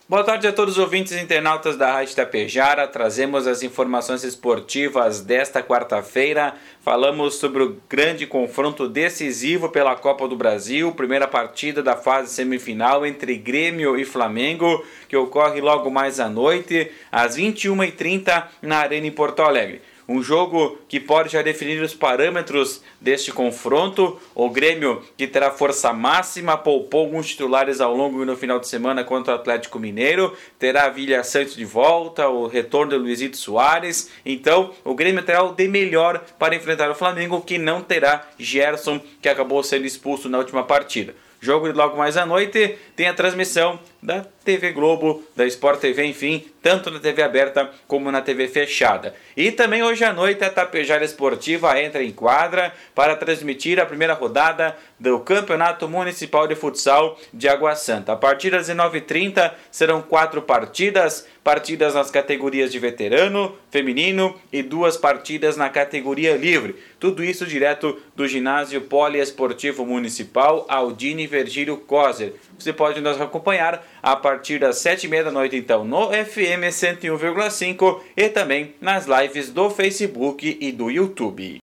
Boa tarde a todos os ouvintes e internautas da Rádio Tapejara. Trazemos as informações esportivas desta quarta-feira. Falamos sobre o grande confronto decisivo pela Copa do Brasil, primeira partida da fase semifinal entre Grêmio e Flamengo, que ocorre logo mais à noite, às 21h30, na Arena em Porto Alegre. Um jogo que pode já definir os parâmetros deste confronto. O Grêmio, que terá força máxima, poupou alguns titulares ao longo e no final de semana contra o Atlético Mineiro. Terá Vilha Santos de volta, o retorno de Luizito Soares. Então, o Grêmio terá o de melhor para enfrentar o Flamengo, que não terá Gerson, que acabou sendo expulso na última partida. Jogo de logo mais à noite tem a transmissão da TV Globo, da Sport TV, enfim, tanto na TV aberta como na TV fechada. E também hoje à noite a Tapejara Esportiva entra em quadra para transmitir a primeira rodada do Campeonato Municipal de Futsal de Água Santa. A partir das 19h30 serão 4 partidas nas categorias de veterano, feminino e 2 partidas na categoria livre. Tudo isso direto do ginásio poliesportivo municipal Aldine Virgílio Coser. Você pode nos acompanhar a partir das 7h30 da noite, então, no FM 101,5 e também nas lives do Facebook e do YouTube.